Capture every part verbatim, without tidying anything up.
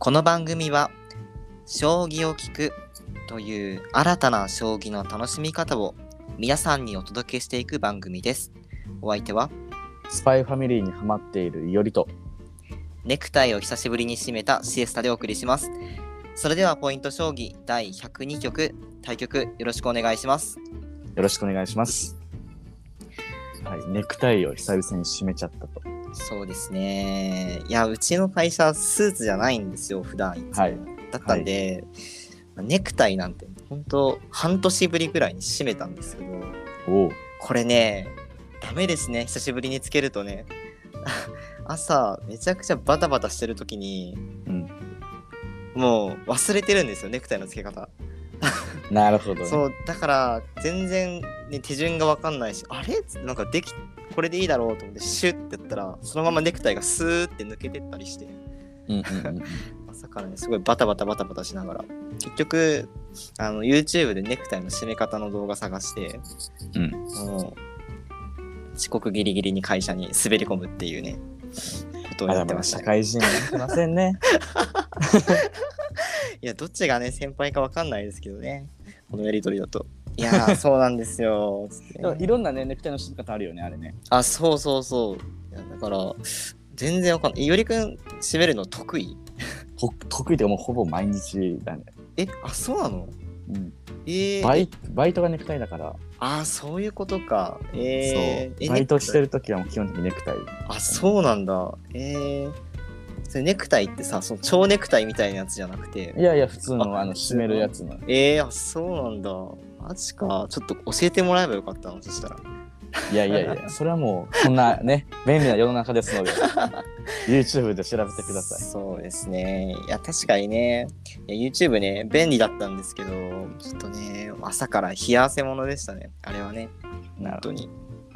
この番組は将棋を聞くという新たな将棋の楽しみ方を皆さんにお届けしていく番組です。お相手はスパイファミリーにハマっているいおりとネクタイを久しぶりに締めたシエスタでお送りします。それではポイント将棋だいひゃくにきょく対局よろしくお願いします。 よろしくお願いします。はい、ネクタイを久々に締めちゃったと。 そうですね。いや、うちの会社スーツじゃないんですよ、普段いつも、はい、だったんで、はい、ネクタイなんて本当半年ぶりぐらいに締めたんですけど、 おこれねダメですね。久しぶりにつけるとね朝めちゃくちゃバタバタしてる時に、うん、もう忘れてるんですよ、ネクタイのつけ方なるほど、ね、 そうだから全然、ね、手順が分かんないし、あれなんかできこれでいいだろうと思ってシュッてやったらそのままネクタイがスーって抜けてったりして、うんうんうん、朝からねすごいバタバタバタバタしながら結局あの YouTube でネクタイの締め方の動画探して、うん、もう遅刻ギリギリに会社に滑り込むっていうねことをやってました。 社会人やってませんねいやどっちがね先輩か分かんないですけどね、このやりとりだと。いやーそうなんですよいろんなねネクタイの締め方あるよね、あれね。 あ、そうそうそう。いやだから全然わかんない。いおりくん締めるの得意？ 得意でもうほぼ毎日だね。 え、あ、そうなの？うん。えー、 バイバイトがネクタイだから。 あ、そういうことか。えー、 そうバイトしてるときはもう基本的にネクタイ。 あ、そうなんだ。えー、それネクタイってさ、その蝶ネクタイみたいなやつじゃなくて。 いやいや普通の あ, あの締めるやつの。 えー、あ、そうなんだ。マジか。ちょっと教えてもらえばよかったの、そしたら。 いやいやいや、それはもうこんなね便利な世の中ですのでYouTube で調べてください。 そうですね。いや確かにね、YouTube ね便利だったんですけど、ちょっとね朝から冷や汗ものでしたね、あれはね。本当に。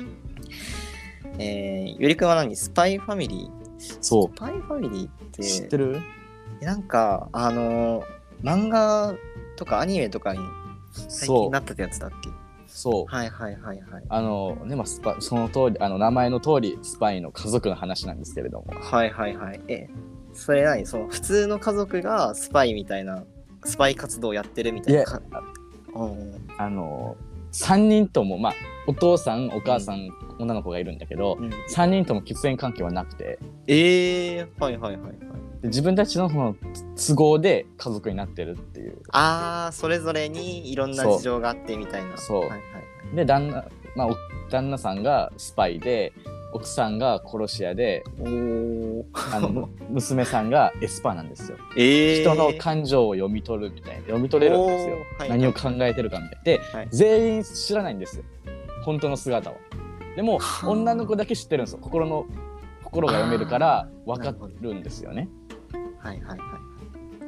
えー、ゆりくんは何？スパイファミリー？ そう。 スパイファミリーって知ってる？ なんかあの漫画とかアニメとかに最近なったってやつだっけ？ そうはいはいはいはい。 あのね、まあ、スパその通り、あの名前の通りスパイの家族の話なんですけれども。 はいはいはい。え、それ何？その普通の家族がスパイみたいなスパイ活動をやってるみたいな。いや、 うん、あのさんにんとも、まあ、お父さんお母さん、うん、女の子がいるんだけど、うん、さんにんとも血縁関係はなくて。 えー、はいはいはいはい。 で自分たちのその都合で家族になってるっていう。 ああ、それぞれにいろんな事情があってみたいな。 そう。はいはい、で旦那、まあ、旦那さんがスパイで奥さんが殺し屋で、おあの娘さんがエスパーなんですよ。えー、人の感情を読み取るみたいな、読み取れるんですよ。はい、何を考えてるかみたいな。で、はい、全員知らないんですよ、本当の姿を。でも女の子だけ知ってるんですよ。心の心が読めるから分かるんですよね。 はいはいはい。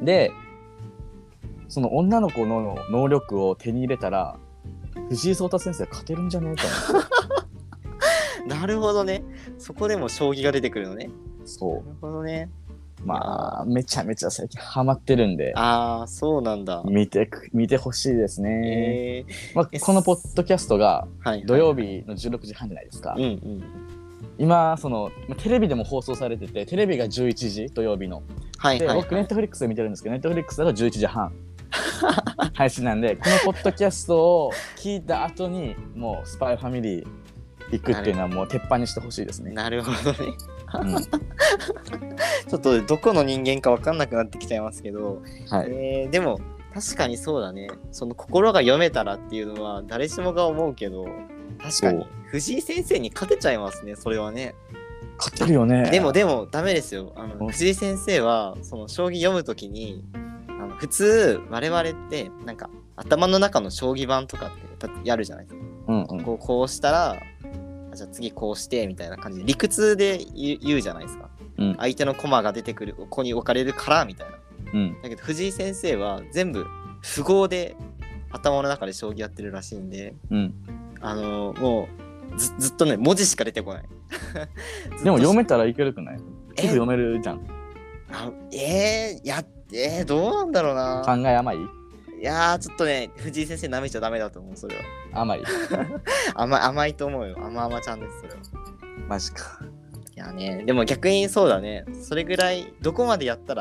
で、その女の子の能力を手に入れたら藤井聡太先生勝てるんじゃねえかな。なるほどね。そこでも将棋が出てくるのね。 そう。 なるほどね。 まあめちゃめちゃ最近ハマってるんで。 ああ、そうなんだ。 見て見てほしいですね。えーまあ、このポッドキャストが土曜日のじゅうろくじはんじゃないですか。はいはいはい、うんうん、今そのテレビでも放送されてて、テレビがじゅういちじ土曜日の。はいはいはい、で僕ネットフリックスで見てるんですけど、ネットフリックスだとじゅういちじはん配信なんで、このポッドキャストを聞いた後にもうスパイファミリー行くっていうのはもう鉄板にしてほしいですね。 なるほどね、うん、ちょっとどこの人間か分かんなくなってきちゃいますけど、はい、えー、でも確かにそうだね。その心が読めたらっていうのは誰しもが思うけど、確かに藤井先生に勝てちゃいますね、それはね。 勝ってるよね。 でもでもダメですよ。あの藤井先生はその将棋読むときに、あの普通我々ってなんか頭の中の将棋盤とかってやるじゃないですか。うんうん、こうこうしたら、あ、じゃあ次こうしてみたいな感じで理屈で言うじゃないですか。うん、相手の駒が出てくる、ここに置かれるからみたいな。うん、だけど藤井先生は全部符号で頭の中で将棋やってるらしいんで、うん、あのもう ず, ずっとね文字しか出てこないでも読めたらいけるくない？結構読めるじゃん。 あえー、やえー、どうなんだろうな。 考え甘い？ いやーちょっとね藤井先生舐めちゃダメだと思う、それは。 甘い甘い甘いと思うよ。甘々ちゃんです、それは。 マジか。 いやね、でも逆にそうだね。それぐらいどこまでやったら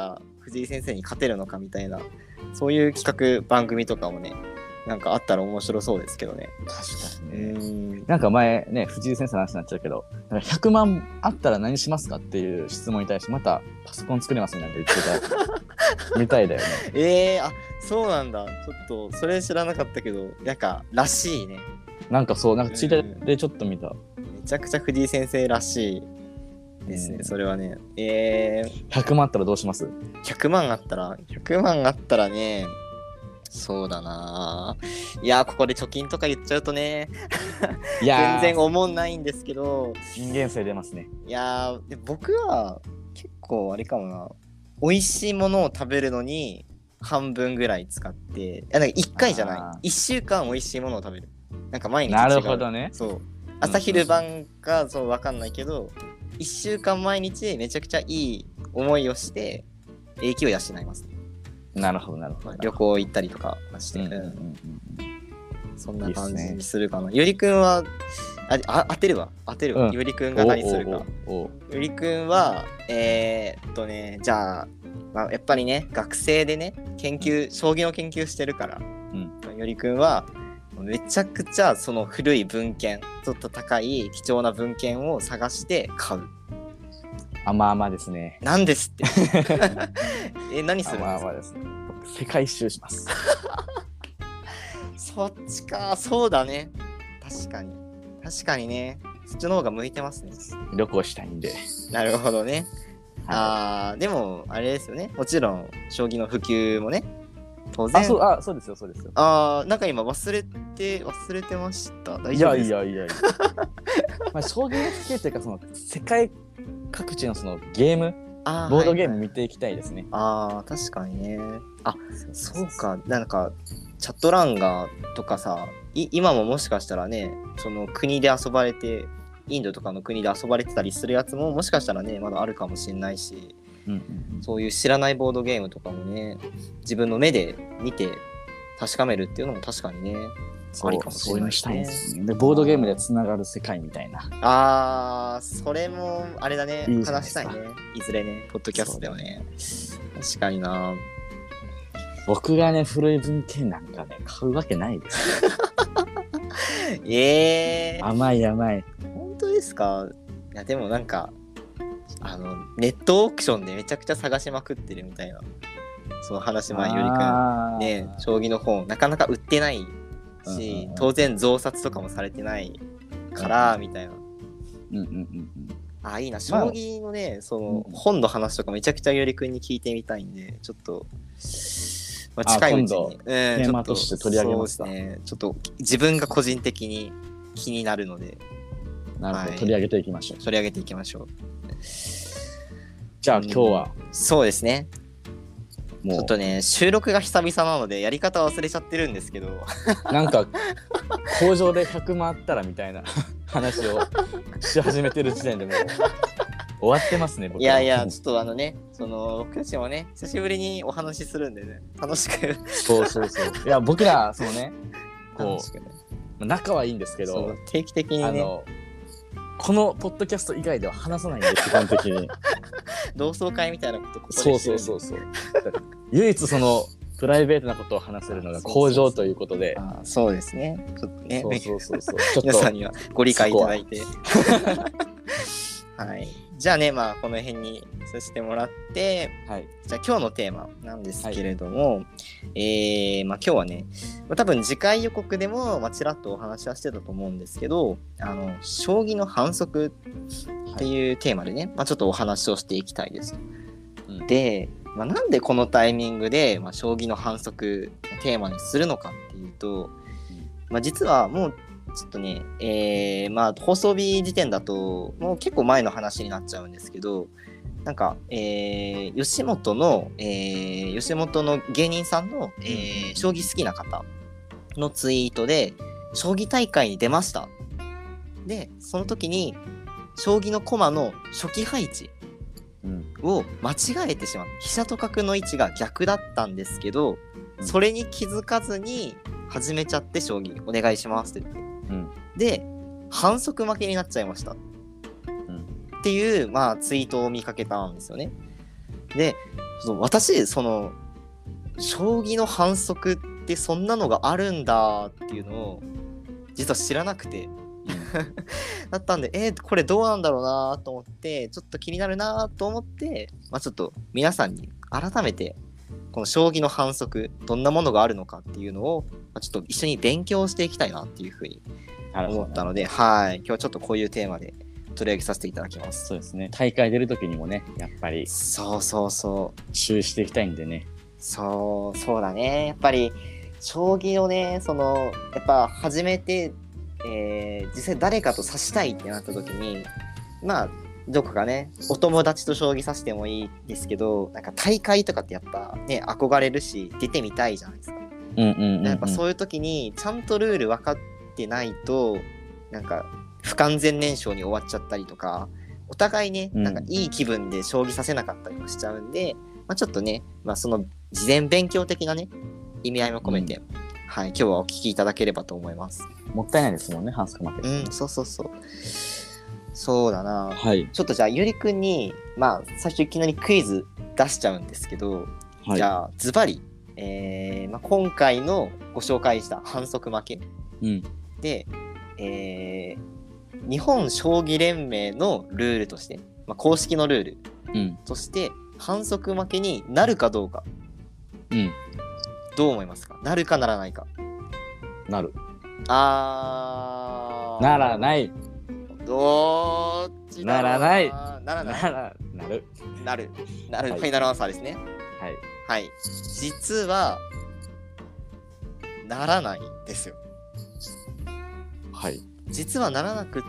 藤井先生に勝てるのかみたいな、そういう企画番組とかもねなんかあったら面白そうですけどね。 確かにね。うんなんか前ね藤井先生の話になっちゃうけど、なんかひゃくまんあったら何しますかっていう質問に対してまたパソコン作れますねなんて言ってたみたいだよね。 えー、あそうなんだ。ちょっとそれ知らなかったけどなんからしいね。 なんかそうなんかツイッターでちょっと見た。 めちゃくちゃ藤井先生らしいですね、それはね。えー、 ひゃくまんあったらどうします？ ひゃく 万あったらひゃくまんあったらね、そうだな。いやここで貯金とか言っちゃうとねいや全然思んないんですけど、 人間性出ますね。 いやで僕は結構あれかもな、美味しいものを食べるのに半分ぐらい使って、いやなんかいっかいじゃないいっしゅうかん美味しいものを食べる。なんか毎日違う。なるほどね。 そう朝昼晩かそう分かんないけど、いっしゅうかん毎日めちゃくちゃいい思いをして永久を養います。 なるほどなるほど。 旅行行ったりとかして、うんうんうんうん、そんな感じにするかな。ゆりくんはああ当てるわ当てるわ、うん、ゆりくんが何するか。ゆりくんはえー、っとねじゃあ、まあ、やっぱりね学生でね研究将棋の研究してるから、うん、ゆりくんはめちゃくちゃその古い文献ちょっと高い貴重な文献を探して買う。 甘々ですね。 なんですってえ何するんですか？甘々ですね。 世界一周しますそっちか。そうだね、確かに確かにね、そっちの方が向いてますね。 旅行したいんで。なるほどね、はい、あーでもあれですよね、もちろん将棋の普及もね当然。 あ、そう、あ、そうですよ、そうですよ。 あーなんか今忘れて忘れてました。大丈夫ですか？ いやいやいやいやまあ将棋の普及というかその世界各地のそのゲームボードゲーム見ていきたいですね。 はいはい、あ確かにね。あそうか、なんかチャットランガーとかさい今ももしかしたらねその国で遊ばれてインドとかの国で遊ばれてたりするやつももしかしたらねまだあるかもしれないし、うんうんうん、そういう知らないボードゲームとかもね自分の目で見て確かめるっていうのも確かにねありかもしれないですね。そういうのしたいですね。でボードゲームでつながる世界みたいな。 あーそれもあれだね、いい話したいね、いずれねポッドキャストではね。確かにな。 僕がね古い文献なんかね買うわけないですえー、 甘い甘い。 本当ですか？いやでもなんかあのネットオークションでめちゃくちゃ探しまくってるみたいなその話前よりくんね将棋の本なかなか売ってないし、当然増刷とかもされてないからみたいな。うんうんうんうん。あいいな、将棋のね、まあ、その本の話とかめちゃくちゃよりくんに聞いてみたいんでちょっと、まあ、近いうちにテーマとして取り上げますか。 そうですね、ちょっと自分が個人的に気になるので、 なるほど、はい、取り上げていきましょう。 取り上げていきましょう。 じゃあ今日は、 うん、そうですね。ちょっとね収録が久々なのでやり方忘れちゃってるんですけどなんか工場でひゃくまんあったらみたいな話をし始めてる時点でもう終わってますね僕は。 いやいやちょっとあのねその僕たちもね久しぶりにお話しするんでね楽しくそうそうそういや僕らそのねこう仲はいいんですけど定期的にねあのこのポッドキャスト以外では話さないんで基本的に同窓会みたいなことここでそうそうそうそう唯一そのプライベートなことを話せるのが工場ということで。 あそうですねちょっとねそうそうそうそうちょっと皆さんにはご理解いただいてはいじゃあねまあこの辺にさせてもらって、はい、じゃあ今日のテーマなんですけれども、はい、えー、まあ今日はね、まあ、多分次回予告でも、まあ、ちらっとお話はしてたと思うんですけどあの将棋の反則っていうテーマでね、はいまあ、ちょっとお話をしていきたいです。うん、で、まあ、なんでこのタイミングで、まあ、将棋の反則をテーマにするのかっていうと、まあ、実はもうちょっとね、えー、まあ放送日時点だともう結構前の話になっちゃうんですけどなんか、えー、吉本の、えー、吉本の芸人さんの、えー、将棋好きな方のツイートで将棋大会に出ましたでその時に将棋の駒の初期配置を間違えてしまう、飛車と角の位置が逆だったんですけどそれに気づかずに始めちゃって将棋お願いしますって言って、うん、で反則負けになっちゃいました、うん、っていう、まあ、ツイートを見かけたんですよね。でそう私その将棋の反則ってそんなのがあるんだっていうのを実は知らなくてだったんでえー、これどうなんだろうなと思ってちょっと気になるなと思って、まあ、ちょっと皆さんに改めてこの将棋の反則どんなものがあるのかっていうのを、まあ、ちょっと一緒に勉強していきたいなっていうふうに思ったので、はい今日はちょっとこういうテーマで取り上げさせていただきます。 そうですね。大会出るときにもねやっぱりそうそうそう注意していきたいんでね。 そうそうだね。やっぱり将棋をねそのやっぱ始めて、えー、実際誰かと指したいってなった時にまあどこかねお友達と将棋指してもいいですけどなんか大会とかってやっぱね憧れるし出てみたいじゃないですか。 うんうんうんうん、 やっぱそういう時にちゃんとルール分かってないとなんか不完全燃焼に終わっちゃったりとかお互いねなんかいい気分で将棋指せなかったりもしちゃうんで、まあ、ちょっとね、まあ、その事前勉強的なね意味合いも込めて、うん、はい今日はお聞きいただければと思います。 もったいないですもんね反則負け。 うんそうそうそうそうだな、 はい、 ちょっとじゃあゆりくんにまあ最初いきなりクイズ出しちゃうんですけど、はい、じゃあズバリ、えーまあ、今回のご紹介した反則負け、うん、で、えー日本将棋連盟のルールとして、まあ、公式のルール、うん、として反則負けになるかどうか、うん、どう思いますか？なるかならないか。 なる。 あーならない。 どっちだろうな。 ならない。 ならない。 ならなる。 なる。なる。 はい、 ファイナルアンサーですね。 はい。 はい。実はならないですよ。 はい。 実はならなくって、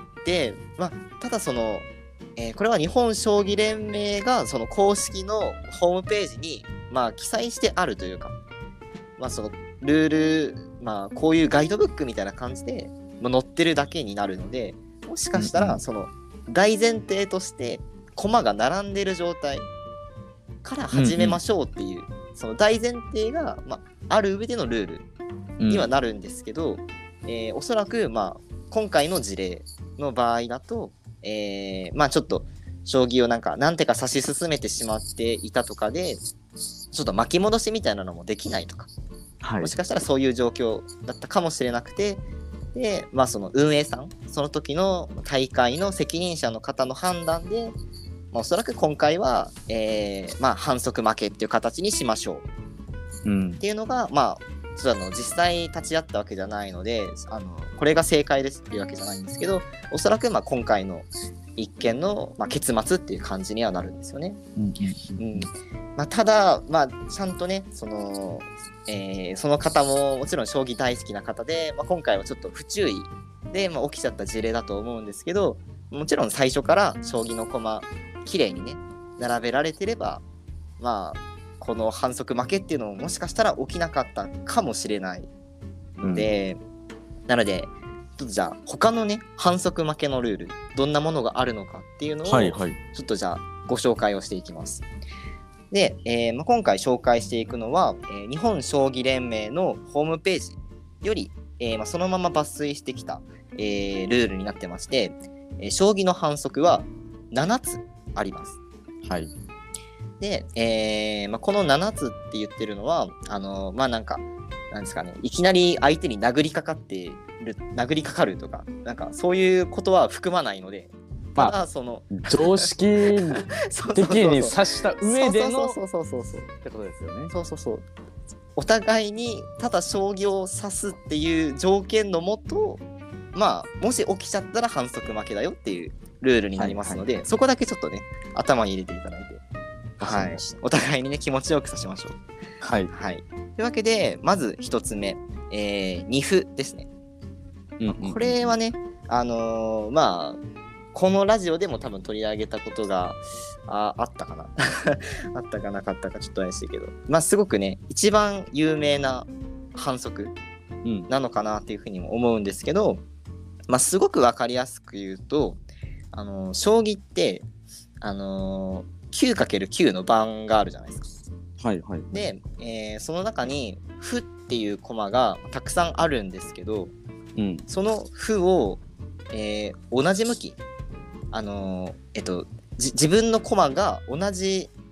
まあ、ただその、えー、これは日本将棋連盟がその公式のホームページに、まあ、記載してあるというか、まあ、そのルール、まあ、こういうガイドブックみたいな感じで、まあ、載ってるだけになるので、もしかしたらその大前提として駒が並んでる状態から始めましょうっていう、うんうん、その大前提が、まあ、ある上でのルールにはなるんですけど、うんえー、おそらく、まあ、今回の事例の場合だと、えー、まあちょっと将棋をなんか何手か指し進めてしまっていたとかでちょっと巻き戻しみたいなのもできないとか、はい、もしかしたらそういう状況だったかもしれなくてで、まあその運営さんその時の大会の責任者の方の判断で、まあ、おそらく今回は、えー、まあ反則負けっていう形にしましょう、うん、っていうのがまあちょっとあの実際立ち会ったわけじゃないのであのこれが正解ですっていうわけじゃないんですけどおそらくまあ今回の一件のまあ結末っていう感じにはなるんですよね。うんうんまあ、ただ、まあ、ちゃんとねその、えー、その方ももちろん将棋大好きな方で、まあ、今回はちょっと不注意で、まあ、起きちゃった事例だと思うんですけどもちろん最初から将棋の駒きれいにね並べられてればまあこの反則負けっていうのももしかしたら起きなかったかもしれないので、うん、なのでちょっとじゃあ他のね反則負けのルールどんなものがあるのかっていうのをちょっとじゃあご紹介をしていきます。で、えーまあ、今回紹介していくのは、えー、日本将棋連盟のホームページより、えーまあ、そのまま抜粋してきた、えー、ルールになってまして、えー、将棋の反則はななつあります。はい。で、えーまあ、このななつって言ってるのはあのー、まあなんかなんですかねいきなり相手に殴りかかってる殴りかかるとかなんかそういうことは含まないのでただその、 まあ、常識的に指した上でのそうそうそうそうってことですよね。 そうそうそうお互いにただ将棋を指すっていう条件のもとまあもし起きちゃったら反則負けだよっていうルールになりますので、はいはい、そこだけちょっとね頭に入れていただいてはい、お互いにね気持ちよく指しましょう。はい、はい、というわけでまず一つ目、えー、二歩ですね、うんうん、これはねあのー、まあこのラジオでも多分取り上げたことが あ, あったかなあったかなかったかちょっと怪しいけどまあすごくね一番有名な反則なのかなっていうふうにも思うんですけど、まあすごくわかりやすく言うとあのー、将棋ってあのーきゅうかけるきゅう の番があるじゃないですか。はいはい。で、えー、その中に歩っていう駒がたくさんあるんですけど、うん、その歩を、えー、同じ向き、あのー、えっとじ自分の駒が同じ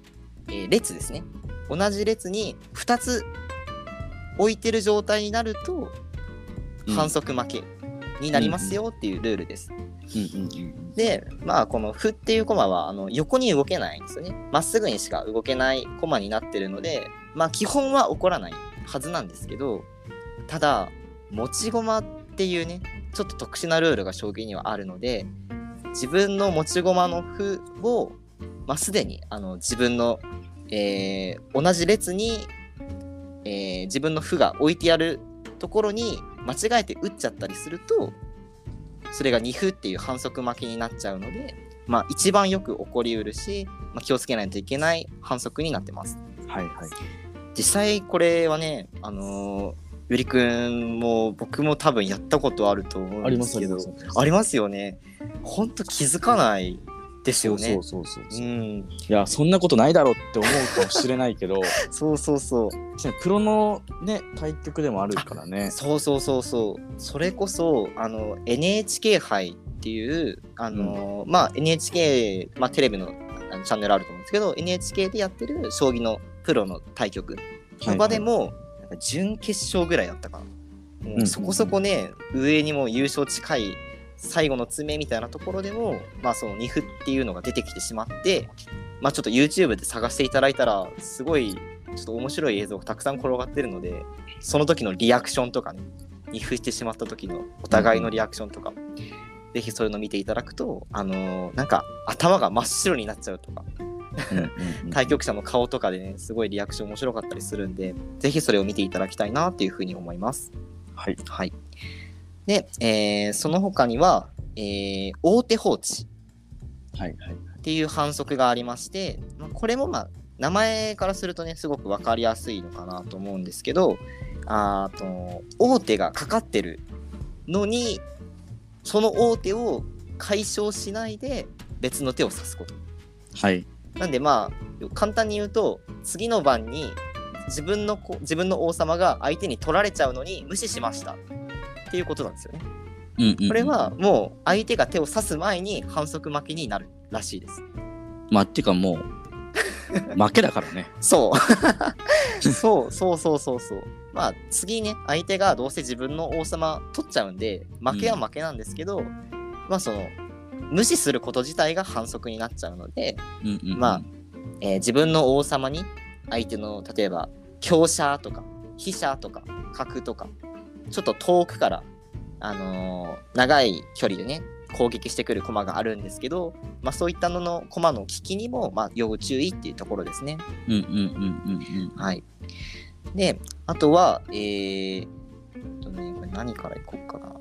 えー、列ですね。同じ列にふたつ置いてる状態になると反則負けになりますよっていうルールです。で、まあこの歩っていう駒はあの横に動けないんですよね。まっすぐにしか動けない駒になってるので、まあ基本は起こらないはずなんですけど、ただ持ち駒っていうね、ちょっと特殊なルールが将棋にはあるので、自分の持ち駒の歩を、まあ、すでにあの自分の、えー、同じ列にえー、自分の歩が置いてあるところに間違えて打っちゃったりすると、それがに歩っていう反則負けになっちゃうので、まあ一番よく起こりうるし、まあ、気をつけないといけない反則になってます。 はいはい。 実際これはね、あのー、ゆりくんも僕も多分やったことあると思うんですけど、あります、ありますよね。ほんと気づかないですよね。 そうそうそうそう、うん、いやそんなことないだろうって思うかもしれないけどそうそうそう、 プロのね対局でもあるからね。 そうそうそうそう、それこそあの エヌエイチケー 杯っていうあの、うん、まあ エヌエイチケー、まあ、テレビのあのチャンネルあると思うんですけど、 エヌエイチケー でやってる将棋のプロの対局の場でも、はいはい、なんか準決勝ぐらいだったかな、もうそこそこね、うんうんうん、上にも優勝近い最後の詰めみたいなところでも、まあそのに歩っていうのが出てきてしまって、まあちょっと YouTube で探していただいたらすごいちょっと面白い映像がたくさん転がってるので、その時のリアクションとかね、に歩してしまった時のお互いのリアクションとか、うん、ぜひそういうの見ていただくと、あのー、なんか頭が真っ白になっちゃうとか対局者の顔とかでね、すごいリアクション面白かったりするんで、ぜひそれを見ていただきたいなっていうふうに思います。 はい、 はい。で、えー、その他には、えー、大手放置っていう反則がありまして、まあ、これもまあ名前からするとねすごく分かりやすいのかなと思うんですけど、あと王手がかかってるのにその王手を解消しないで別の手を指すこと。 はい。 なんでまあ簡単に言うと、次の番に自分の自分の王様が相手に取られちゃうのに無視しましたっていうことなんですよね。うんうんうん、これはもう相手が手を指す前に反則負けになるらしいです。 まあっていうかもう負けだからね。 そうそうそうそうそうそう。まあ次ね、相手がどうせ自分の王様取っちゃうんで負けは負けなんですけど、うん、まあその無視すること自体が反則になっちゃうので、うんうんうん、まあ、えー、自分の王様に相手の例えば香車とか飛車とか角とかちょっと遠くから、あのー、長い距離でね攻撃してくる駒があるんですけど、まあ、そういったのの駒の利きにも、まあ、要注意っていうところですね。 うんうんうんうんうん。 はい。で、あとは、えー、とね、これ何からいこうかな。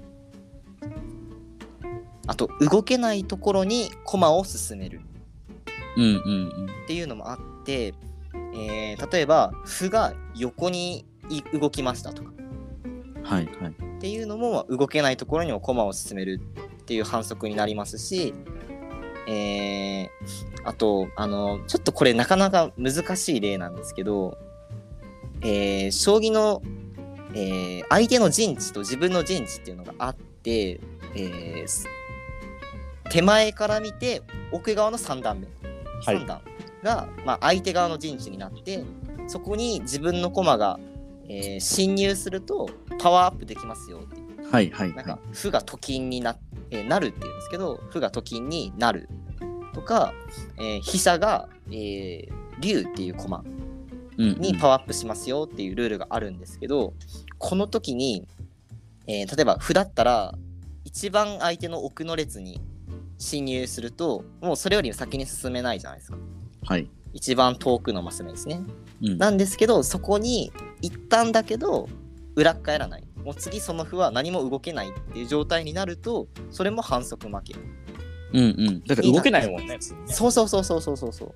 あと、動けないところに駒を進める。 うんうんうん。 っていうのもあって、えー、例えば、歩が横に動きましたとか。 はいはい。 っていうのも動けないところにも駒を進めるっていう反則になりますし、えー、あとあのちょっとこれなかなか難しい例なんですけど、えー、将棋の、えー、相手の陣地と自分の陣地っていうのがあって、えー、手前から見て奥側のさん段目、はい、さん段が、まあ、相手側の陣地になって、そこに自分の駒がえー、侵入するとパワーアップできますよっていう、 はいはいはい、 なんか歩がと金に な,、えー、なるっていうんですけど、歩がと金になるとか、えー、飛車が、えー、竜っていう駒にパワーアップしますよっていうルールがあるんですけど、うんうん、この時に、えー、例えば歩だったら一番相手の奥の列に侵入するともうそれより先に進めないじゃないですか。 はい。 一番遠くのマス目ですね、うん、なんですけど、そこに一旦だけど裏っ返らない、もう次その歩は何も動けないっていう状態になると、それも反則負け。 うんうん。だから動けないもんね。 そうそうそうそうそうそうそう。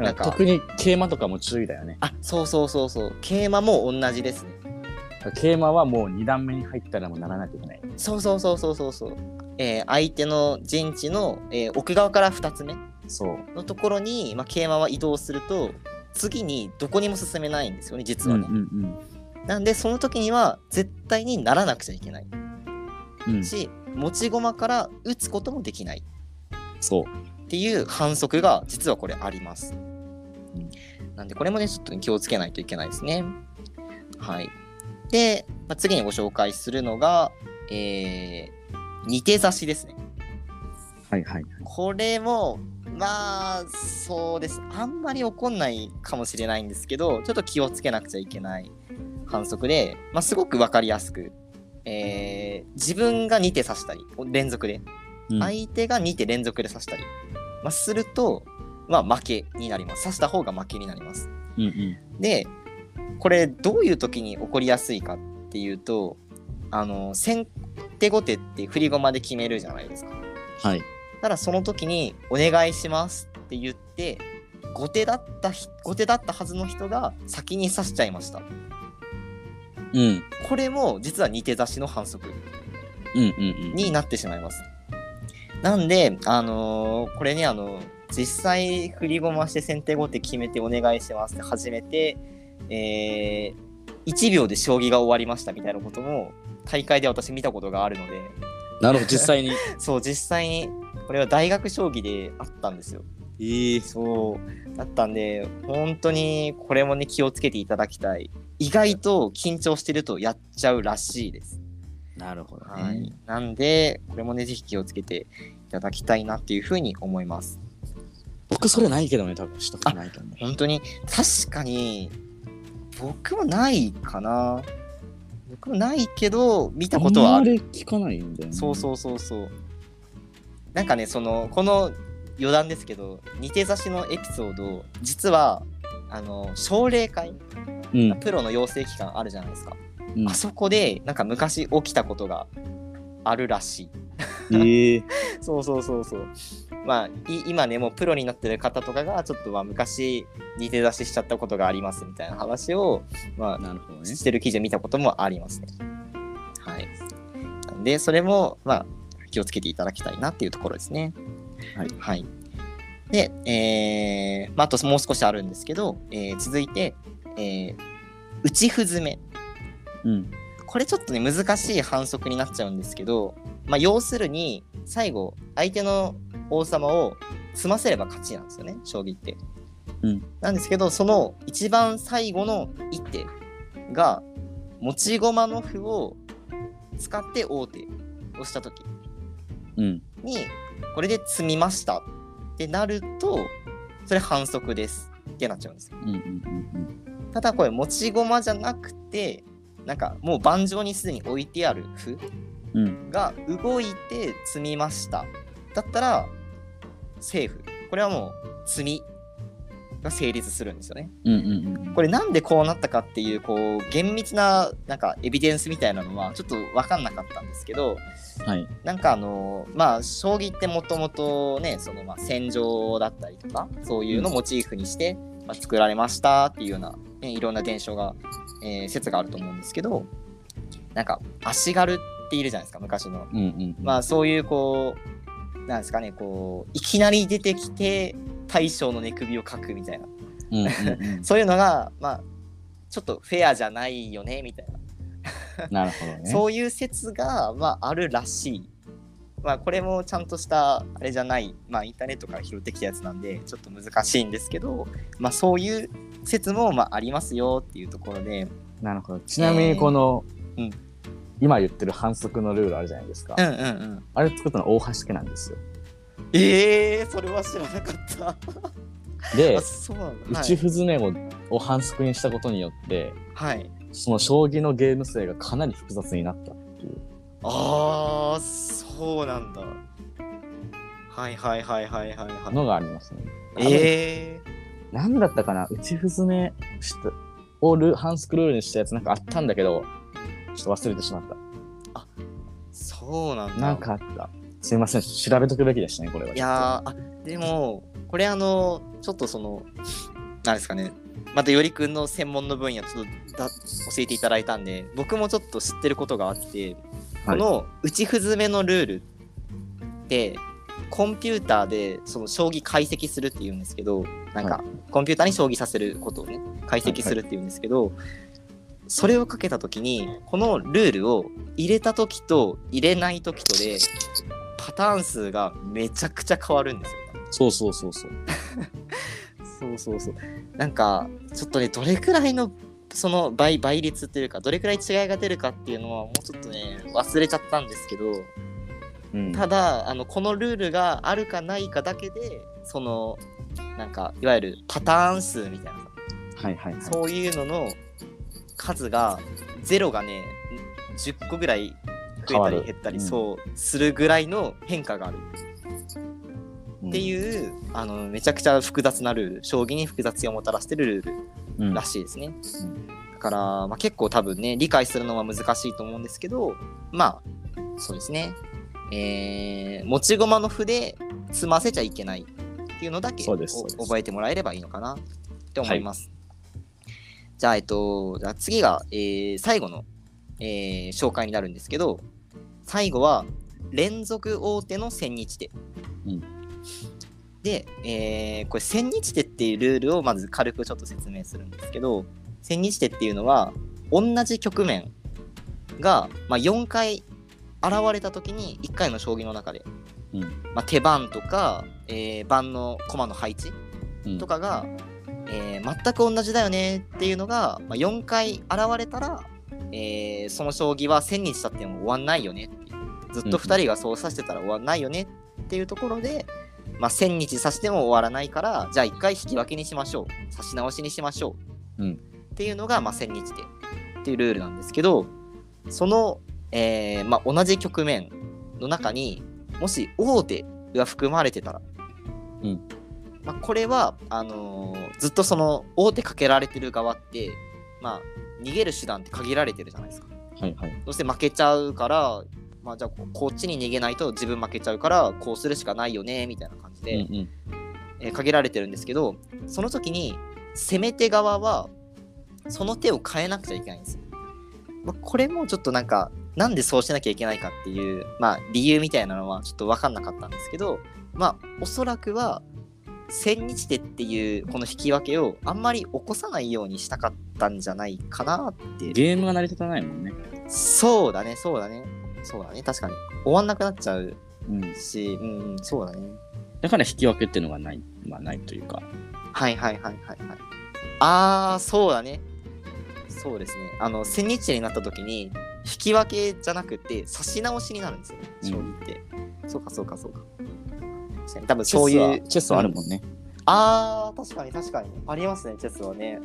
なんか特に桂馬とかも注意だよね。 あ、そうそうそうそう。桂馬も同じですね。 桂馬はもうに段目に入ったらもうならないといけない。 そうそうそうそうそうそう。えー、相手の陣地の、えー、奥側からふたつめのところに、まあ、桂馬は移動すると次にどこにも進めないんですよね、実はね、うんうんうん、なんでその時には絶対にならなくちゃいけない、うん、し持ち駒から打つこともできない、 そうっていう反則が実はこれあります。 なんでこれもねちょっと気をつけないといけないですね。はい。で、まあ、次にご紹介するのが、えー、二手指しですね。 はいはい。 これもまあそうです。あんまり起こんないかもしれないんですけど、ちょっと気をつけなくちゃいけない反則で、まあ、すごく分かりやすく、えー、自分がにて指したり連続で、うん、相手がにて連続で指したり、まあ、すると、まあ、負けになります。指した方が負けになります。 うんうん、でこれどういう時に起こりやすいかっていうと、あの先手後手って振り駒で決めるじゃないですか。 はい。 ただその時にお願いしますって言って後手だった後手だったはずの人が先に指しちゃいました。 うん。 これも実は二手指しの反則になってしまいます。なんであのー、これねあの実際振り駒して先手後手決めてお願いしますって始めて、えー、いちびょうで将棋が終わりましたみたいなことも大会で私見たことがあるので。 なるほど、実際にそう実際にこれは大学将棋であったんですよ。 えー、 そうだったんで本当にこれもね気をつけていただきたい。意外と緊張してるとやっちゃうらしいです。 なるほどね、 はい、なんでこれもねぜひ気をつけていただきたいなっていうふうに思います。 僕それないけどね、多分したことないと思う。 本当に確かに僕もないかな。僕もないけど見たことはある。 あんまり聞かないんだよね。 そうそうそうそう。なんかねそのこの余談ですけど二手指しのエピソード実はあの奨励会、うん、プロの養成機関あるじゃないですか、うん、あそこでなんか昔起きたことがあるらしい。 えー、 そうそうそうそう。まあ今ねもうプロになってる方とかがちょっとまあ昔二手出ししちゃったことがありますみたいな話をまあなるほど、ね、してる記事を見たこともありますね。はい。なんでそれもまあ気をつけていただきたいなっていうところですね。 はい。 はい。で、えーまあ、あともう少しあるんですけど、えー、続いて、えー、内歩詰め。 うん。 これちょっとね難しい反則になっちゃうんですけど、まあ、要するに最後相手の王様を詰ませれば勝ちなんですよね将棋って、 うん、 なんですけどその一番最後の一手が持ち駒の歩を使って王手をした時に、これで詰みましたってなるとそれ反則ですってなっちゃうんですよ、 うんうんうんうん、 ただこれ持ち駒じゃなくてなんかもう盤上にすでに置いてある歩が動いて詰みましただったらセーフ。これはもう詰みが成立するんですよね、 うんうんうん、 これなんでこうなったかっていうこう厳密ななんかエビデンスみたいなのはちょっと分かんなかったんですけど、 はい、 なんかあのまあ将棋ってもともとねそのまあ戦場だったりとかそういうのをモチーフにして、まあ、作られましたっていうような、ね、いろんな伝承が、えー、説があると思うんですけど、なんか足軽っているじゃないですか昔の、 うんうん、 まあそういうこうなんですかねこういきなり出てきて大将の寝首をかくみたいな、うんうんうん、そういうのがまあちょっとフェアじゃないよねみたいななるほどね。 そういう説が、まあ、あるらしい。まあこれもちゃんとしたあれじゃない、まあインターネットから拾ってきたやつなんでちょっと難しいんですけど、まあそういう説もまあありますよっていうところで。 なるほど。ちなみにこの、 えーうん、 今言ってる反則のルールあるじゃないですか。 うんうんうん。 あれ作ったの大橋家なんですよ。 えー、それは知らなかったで、 そうなんだ、内歩詰めを、を反則にしたことによって、 はい、 その将棋のゲーム性がかなり複雑になったっていう。 ああ、そうなんだ。はいはいはいはいはいはい。 のがありますね。 えー、なんだったかな、内歩詰めしたをル反則ルールにしたやつなんかあったんだけど、ちょっと忘れてしまった。あ、 そうなんだ。 なんかあった。すいません、調べとくべきでしたね、これは。 いやー、あ、でも、これあの、ちょっとその、なんですかね、またよりくんの専門の分野ちょっとだ教えていただいたんで、僕もちょっと知ってることがあって、はい、この内歩詰めのルールって、コンピューターでその将棋解析するっていうんですけど、なんか、コンピューターに将棋させることをね、解析するっていうんですけど、はいはい、それをかけたときに、このルールを入れたときと入れないときとで、パターン数がめちゃくちゃ変わるんですよ。 そうそうそうそう。 そうそうそう。なんかちょっとねどれくらいのその 倍, 倍率っていうかどれくらい違いが出るかっていうのはもうちょっとね忘れちゃったんですけど、うん、ただあのこのルールがあるかないかだけでそのなんかいわゆるパターン数みたいな、 はいはいはい、 そういうのの数がゼロがねじゅっこぐらい増えたり減ったり、うん、そうするぐらいの変化がある、うん、っていうあのめちゃくちゃ複雑なルール、将棋に複雑性をもたらしてるルールらしいですね、うん、だから、まあ、結構多分ね理解するのは難しいと思うんですけど、まあそうですね、えー、持ち駒の歩で詰ませちゃいけないっていうのだけ覚えてもらえればいいのかなって思います、はい、じゃあ、えっと、じゃあ次が、えー、最後の、えー、紹介になるんですけど、最後は連続王手の千日手、うん、で、えー、これ千日手っていうルールをまず軽くちょっと説明するんですけど、千日手っていうのは同じ局面が、まあ、よんかい現れた時にいっかいの将棋の中で、うんまあ、手番とか、えー、盤の駒の配置とかが、うんえー、全く同じだよねっていうのが、まあ、よんかい現れたら、えー、その将棋は千日経っても終わんないよねっていう、ずっとふたりがそう指してたら終わんないよねっていうところで、まあ、千日指しても終わらないからじゃあいっかい引き分けにしましょう、指し直しにしましょう、うん、っていうのが、まあ、千日手っていうルールなんですけど、その、えーまあ、同じ局面の中にもし王手が含まれてたら、うんまあ、これはあのー、ずっとその王手かけられてる側って、まあ、逃げる手段って限られてるじゃないですか。はいはい。どうして負けちゃうから、まあ、じゃあこ, こっちに逃げないと自分負けちゃうからこうするしかないよねみたいな感じで、うんうんえー、限られてるんですけど、その時に攻め手側はその手を変えなくちゃいけないんですよ。まあ、これもちょっとなんかなんでそうしなきゃいけないかっていう、まあ、理由みたいなのはちょっと分かんなかったんですけど、まあおそらくは千日手っていうこの引き分けをあんまり起こさないようにしたかったんじゃないかなっていう。 ゲームが成り立たないもんね。 そうだねそうだねそうだね確かに終わんなくなっちゃうし、うん、うん、そうだね。 だから引き分けっていうのがない、まあないというか。 はいはいはいはいはい。ああそうだね。そうですね。あの千日手になった時に引き分けじゃなくて指し直しになるんですよね、将棋って。うん、そうかそうかそうか。多分そういうチェスはあるもんね、うん、 あー確かに確かにありますね。チェスはね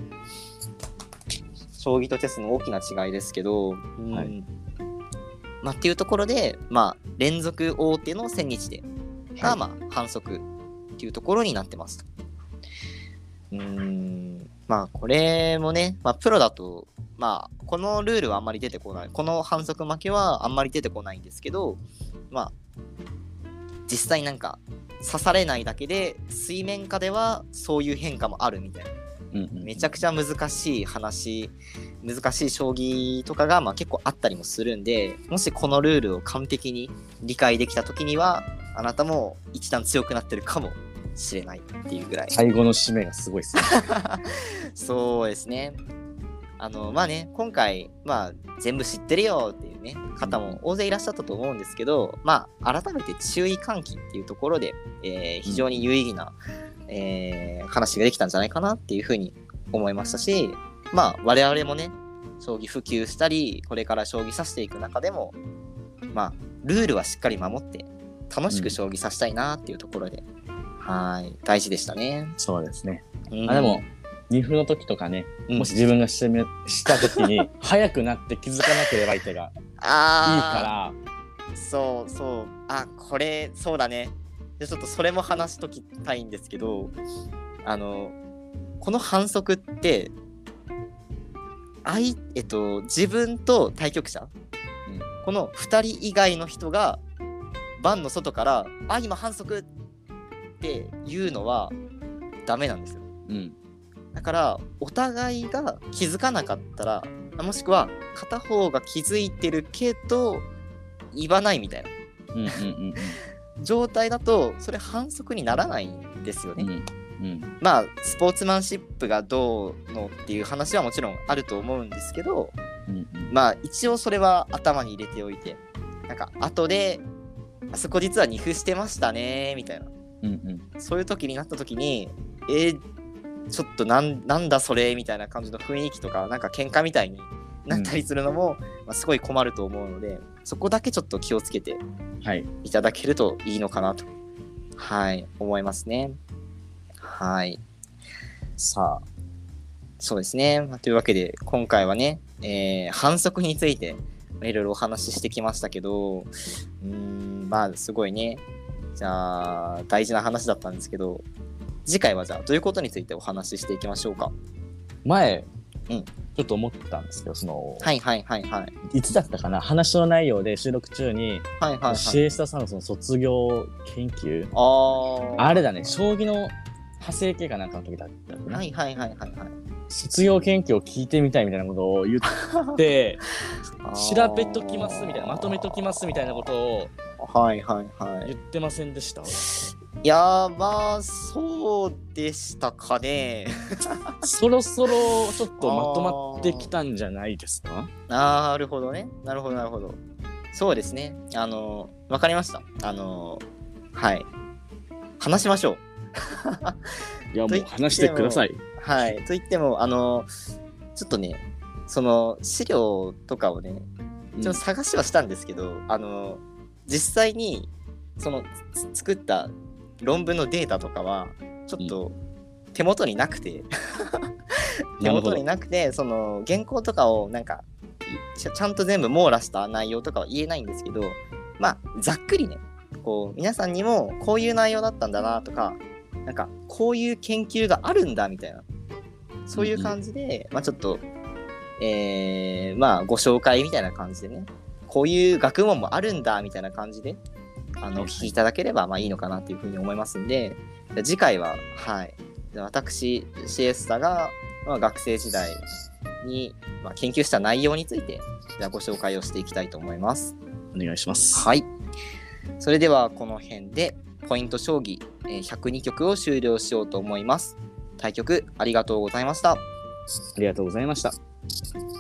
将棋とチェスの大きな違いですけど、うんはいまあ、っていうところで、まあ、連続王手の千日手が、まあ、反則っていうところになってますと。うーんまあこれもね、まあ、プロだとまあこのルールはあんまり出てこない、この反則負けはあんまり出てこないんですけど、まあ実際なんか刺されないだけで水面下ではそういう変化もあるみたいな、うんうん、めちゃくちゃ難しい話難しい将棋とかがまあ結構あったりもするんで、もしこのルールを完璧に理解できた時にはあなたも一段強くなってるかもしれないっていうぐらい。 最後の締めがすごいっすねそうですね。あのまあね今回まあ全部知ってるよっていうね方も大勢いらっしゃったと思うんですけど、まあ改めて注意喚起っていうところで、えー、非常に有意義な、えー、話ができたんじゃないかなっていうふうに思いましたし、まあ我々もね将棋普及したりこれから将棋指していく中でもまあルールはしっかり守って楽しく将棋指したいなっていうところで、うん、はい大事でしたね。 そうですね、うん、あでもに歩の時とかね、うん、もし自分がしめした時に早くなって気づかなければ相手がいいからそうそうあこれそうだね。でちょっとそれも話しときたいんですけど、あのこの反則ってあい、えっと、自分と対局者、うん、このふたり以外の人が盤の外からあ今反則っていうのはダメなんですよ、うんだからお互いが気づかなかったらもしくは片方が気づいてるけど言わないみたいな、うんうんうん、状態だとそれ反則にならないんですよね、うんうん、まあスポーツマンシップがどうのっていう話はもちろんあると思うんですけど、うんうん、まあ一応それは頭に入れておいてなんか後であそこ実はに歩してましたねみたいな、うんうん、そういう時になった時にえーちょっとなんなんだそれみたいな感じの雰囲気とかなんか喧嘩みたいになったりするのも、うんまあ、すごい困ると思うので、そこだけちょっと気をつけていただけるといいのかなと、はい、思いますね。はい。さあ、そうですね。まあ、というわけで今回はね、えー、反則についていろいろお話ししてきましたけど、うーんまあすごいね、じゃあ大事な話だったんですけど、次回はじゃあどういうことについてお話ししていきましょうか。 前、うん、ちょっと思ったんですけど、そのはいはいはいはい。 いつだったかな、話の内容で収録中に、はいはいはい、シエスタさんのその卒業研究、ああれだね、将棋の派生系かなんかの時だったよね。 はいはいはいはいはい。 卒業研究を聞いてみたいみたいなことを言って調べときますみたいな、まとめときますみたいなことをはいはいはい言ってませんでした？ いやまあそうでしたかね。 そろそろちょっとまとまってきたんじゃないですか？ あーなるほどね、なるほどなるほど。そうですね、あのわかりました。あのはい話しましょう。 いやもう話してください。 はい。と言ってもあのちょっとね、その資料とかをねちょっと探しはしたんですけど、うん、あの実際にその作った論文のデータとかはちょっと手元になくて、うん、手元になくて、その原稿とかをなんかちゃんと全部網羅した内容とかは言えないんですけど、まあざっくりね、こう皆さんにもこういう内容だったんだなとか、なんかこういう研究があるんだみたいな、そういう感じで、うん、まあちょっと、えー、まあご紹介みたいな感じでね、こういう学問もあるんだみたいな感じであのお聞きいただければまあいいのかなというふうに思いますんで、次回ははい私シエスタが、まあ、学生時代に、まあ、研究した内容についてじゃご紹介をしていきたいと思います。 お願いします。 はい。それではこの辺でポイント将棋ひゃくにきょくを終了しようと思います。対局ありがとうございました。ありがとうございました。